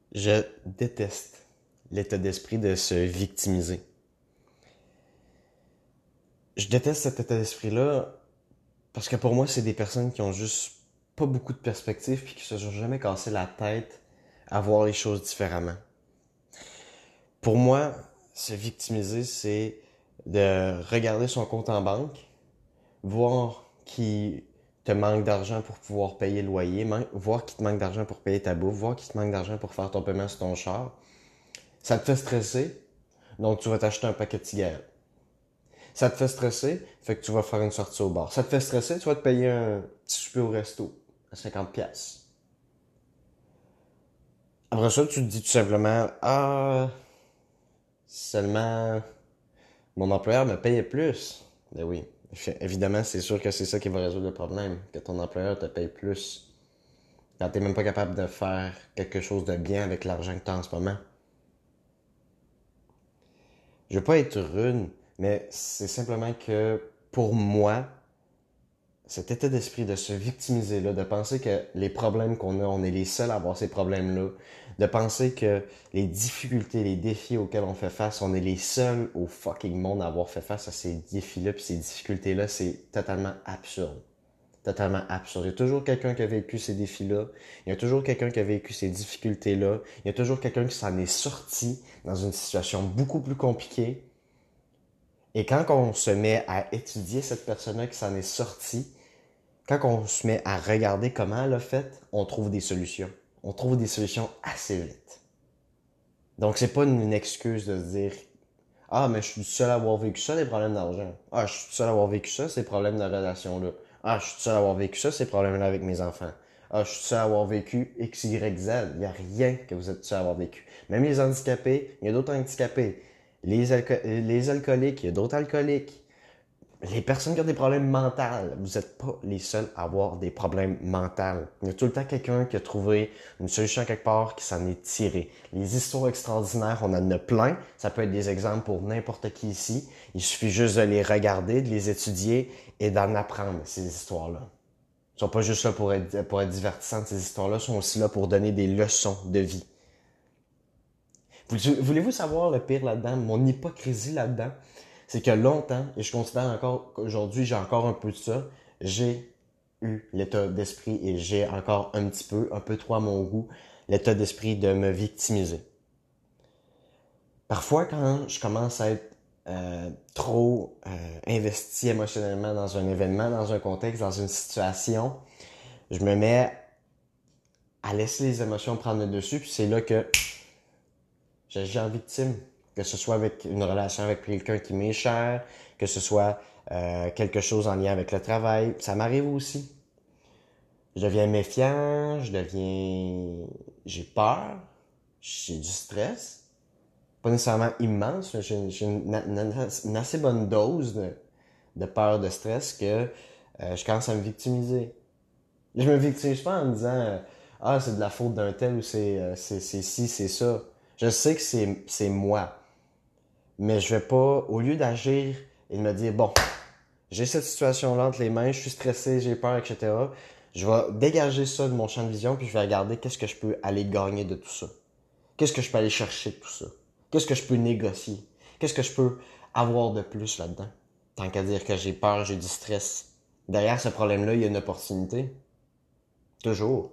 Je déteste l'état d'esprit de se victimiser. Je déteste cet état d'esprit-là parce que pour moi, c'est des personnes qui ont juste pas beaucoup de perspectives puis qui se sont jamais cassé la tête à voir les choses différemment. Pour moi, se victimiser, c'est de regarder son compte en banque, voir qu'il te manque d'argent pour pouvoir payer le loyer, voir qu'il te manque d'argent pour payer ta bouffe, voir qu'il te manque d'argent pour faire ton paiement sur ton char. Ça te fait stresser, donc tu vas t'acheter un paquet de cigarettes. Ça te fait stresser, fait que tu vas faire une sortie au bar. Ça te fait stresser, tu vas te payer un petit souper au resto à 50 pièces. Après ça, tu te dis tout simplement, ah, seulement mon employeur me payait plus. Ben oui, évidemment, c'est sûr que c'est ça qui va résoudre le problème, que ton employeur te paye plus quand t'es même pas capable de faire quelque chose de bien avec l'argent que t'as en ce moment. Je veux pas être rude, mais c'est simplement que pour moi, cet état d'esprit de se victimiser là, de penser que les problèmes qu'on a, on est les seuls à avoir ces problèmes-là, de penser que les difficultés, les défis auxquels on fait face, on est les seuls au fucking monde à avoir fait face à ces défis-là puis ces difficultés-là, c'est totalement absurde. Totalement absurde. Il y a toujours quelqu'un qui a vécu ces défis-là. Il y a toujours quelqu'un qui a vécu ces difficultés-là. Il y a toujours quelqu'un qui s'en est sorti dans une situation beaucoup plus compliquée. Et quand on se met à étudier cette personne-là qui s'en est sortie, quand on se met à regarder comment elle a fait, on trouve des solutions. On trouve des solutions assez vite. Donc, c'est pas une excuse de se dire ah, mais je suis seul à avoir vécu ça, les problèmes d'argent. Ah, je suis seul à avoir vécu ça, ces problèmes de relation-là. Ah, je suis seul à avoir vécu ça, ces problèmes-là avec mes enfants. Ah, je suis seul à avoir vécu X, Y, Z. Il n'y a rien que vous êtes seul à avoir vécu. Même les handicapés, il y a d'autres handicapés. Les alcooliques, il y a d'autres alcooliques. Les personnes qui ont des problèmes mentaux, vous n'êtes pas les seuls à avoir des problèmes mentaux. Il y a tout le temps quelqu'un qui a trouvé une solution quelque part, qui s'en est tiré. Les histoires extraordinaires, on en a plein. Ça peut être des exemples pour n'importe qui ici. Il suffit juste de les regarder, de les étudier et d'en apprendre, ces histoires-là. Ils sont pas juste là pour être divertissantes, ces histoires-là sont aussi là pour donner des leçons de vie. Voulez-vous savoir le pire là-dedans? Mon hypocrisie là-dedans, c'est que longtemps, et je considère encore qu'aujourd'hui, j'ai encore un peu de ça, j'ai eu l'état d'esprit et j'ai encore un peu trop à mon goût, l'état d'esprit de me victimiser. Parfois, quand je commence à être trop investi émotionnellement dans un événement, dans un contexte, dans une situation, je me mets à laisser les émotions prendre le dessus, puis c'est là que j'agis en victime. Que ce soit avec une relation avec quelqu'un qui m'est cher, que ce soit quelque chose en lien avec le travail. Ça m'arrive aussi. Je deviens méfiant, j'ai peur, j'ai du stress. Pas nécessairement immense, mais j'ai une assez bonne dose de peur, de stress que je commence à me victimiser. Je me victimise pas en me disant ah, c'est de la faute d'un tel ou c'est ci, c'est ça. Je sais que c'est moi. Mais je vais pas, au lieu d'agir et de me dire, bon, j'ai cette situation-là entre les mains, je suis stressé, j'ai peur, etc. Je vais dégager ça de mon champ de vision, puis je vais regarder qu'est-ce que je peux aller gagner de tout ça. Qu'est-ce que je peux aller chercher de tout ça. Qu'est-ce que je peux négocier. Qu'est-ce que je peux avoir de plus là-dedans. Tant qu'à dire que j'ai peur, j'ai du stress. Derrière ce problème-là, il y a une opportunité. Toujours.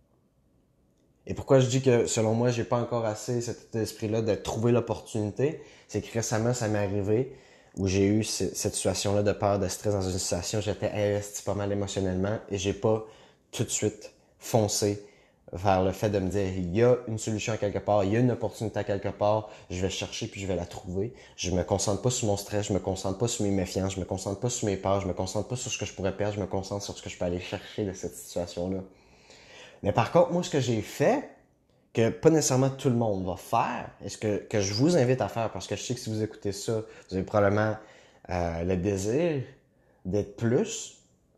Et pourquoi je dis que, selon moi, j'ai pas encore assez cet esprit-là de trouver l'opportunité, c'est que récemment, ça m'est arrivé où j'ai eu cette situation-là de peur, de stress dans une situation, j'étais investi pas mal émotionnellement et j'ai pas tout de suite foncé vers le fait de me dire, il y a une solution à quelque part, il y a une opportunité à quelque part, je vais chercher puis je vais la trouver. Je me concentre pas sur mon stress, je me concentre pas sur mes méfiances, je me concentre pas sur mes peurs, je me concentre pas sur ce que je pourrais perdre, je me concentre sur ce que je peux aller chercher de cette situation-là. Mais par contre, moi, ce que j'ai fait, que pas nécessairement tout le monde va faire, et ce que je vous invite à faire, parce que je sais que si vous écoutez ça, vous avez probablement le désir d'être plus,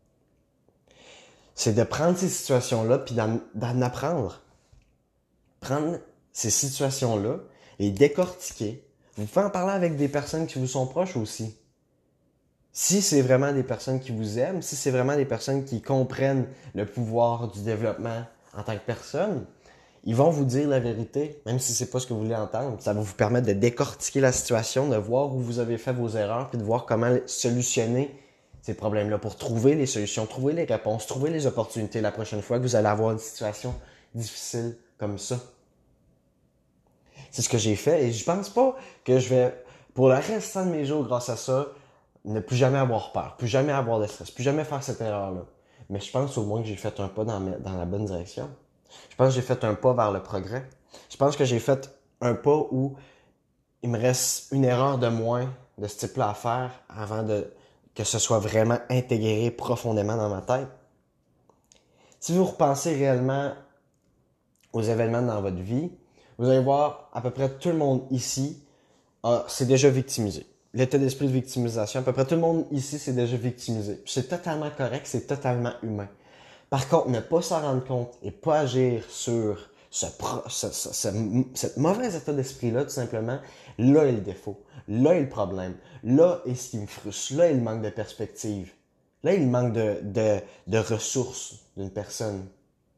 c'est de prendre ces situations-là puis d'en apprendre. Prendre ces situations-là, les décortiquer. Vous pouvez en parler avec des personnes qui vous sont proches aussi. Si c'est vraiment des personnes qui vous aiment, si c'est vraiment des personnes qui comprennent le pouvoir du développement en tant que personne, Ils vont vous dire la vérité, même si c'est pas ce que vous voulez entendre. Ça va vous permettre de décortiquer la situation, de voir où vous avez fait vos erreurs, puis de voir comment solutionner ces problèmes-là pour trouver les solutions, trouver les réponses, trouver les opportunités la prochaine fois que vous allez avoir une situation difficile comme ça. C'est ce que j'ai fait et je pense pas que je vais, pour le restant de mes jours, grâce à ça, ne plus jamais avoir peur, plus jamais avoir de stress, plus jamais faire cette erreur-là. Mais je pense au moins que j'ai fait un pas dans la bonne direction. Je pense que j'ai fait un pas vers le progrès. Je pense que j'ai fait un pas où il me reste une erreur de moins de ce type-là à faire avant que ce soit vraiment intégré profondément dans ma tête. Si vous repensez réellement aux événements dans votre vie, vous allez voir à peu près tout le monde ici s'est déjà victimisé. L'état d'esprit de victimisation, à peu près tout le monde ici s'est déjà victimisé. C'est totalement correct, c'est totalement humain. Par contre, ne pas s'en rendre compte et pas agir sur cette mauvaise état d'esprit-là, tout simplement, là est le défaut. Là est le problème. Là est ce qui me frustre. Là est le manque de perspective. Là est le manque de ressources d'une personne.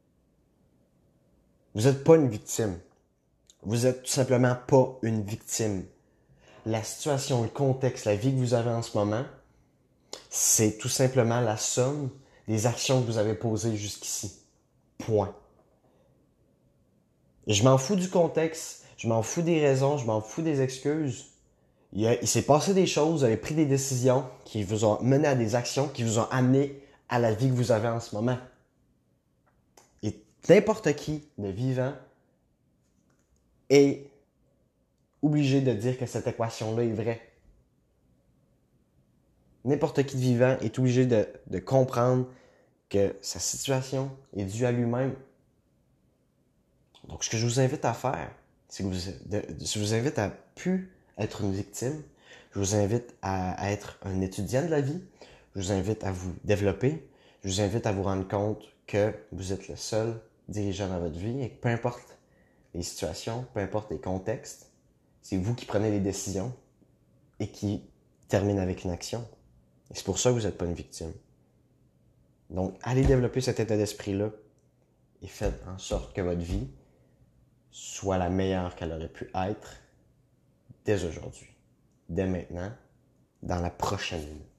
Vous n'êtes pas une victime. Vous êtes tout simplement pas une victime. La situation, le contexte, la vie que vous avez en ce moment, c'est tout simplement la somme des actions que vous avez posées jusqu'ici. Point. Et je m'en fous du contexte, je m'en fous des raisons, je m'en fous des excuses. Il s'est passé des choses, vous avez pris des décisions qui vous ont mené à des actions qui vous ont amené à la vie que vous avez en ce moment. Et n'importe qui de vivant est obligé de dire que cette équation-là est vraie. N'importe qui de vivant est obligé de comprendre que sa situation est due à lui-même. Donc, ce que je vous invite à faire, c'est que je vous invite à plus être une victime. Je vous invite à être un étudiant de la vie. Je vous invite à vous développer. Je vous invite à vous rendre compte que vous êtes le seul dirigeant dans votre vie et que peu importe les situations, peu importe les contextes, c'est vous qui prenez les décisions et qui terminent avec une action. Et c'est pour ça que vous n'êtes pas une victime. Donc, allez développer cet état d'esprit-là et faites en sorte que votre vie soit la meilleure qu'elle aurait pu être dès aujourd'hui, dès maintenant, dans la prochaine minute.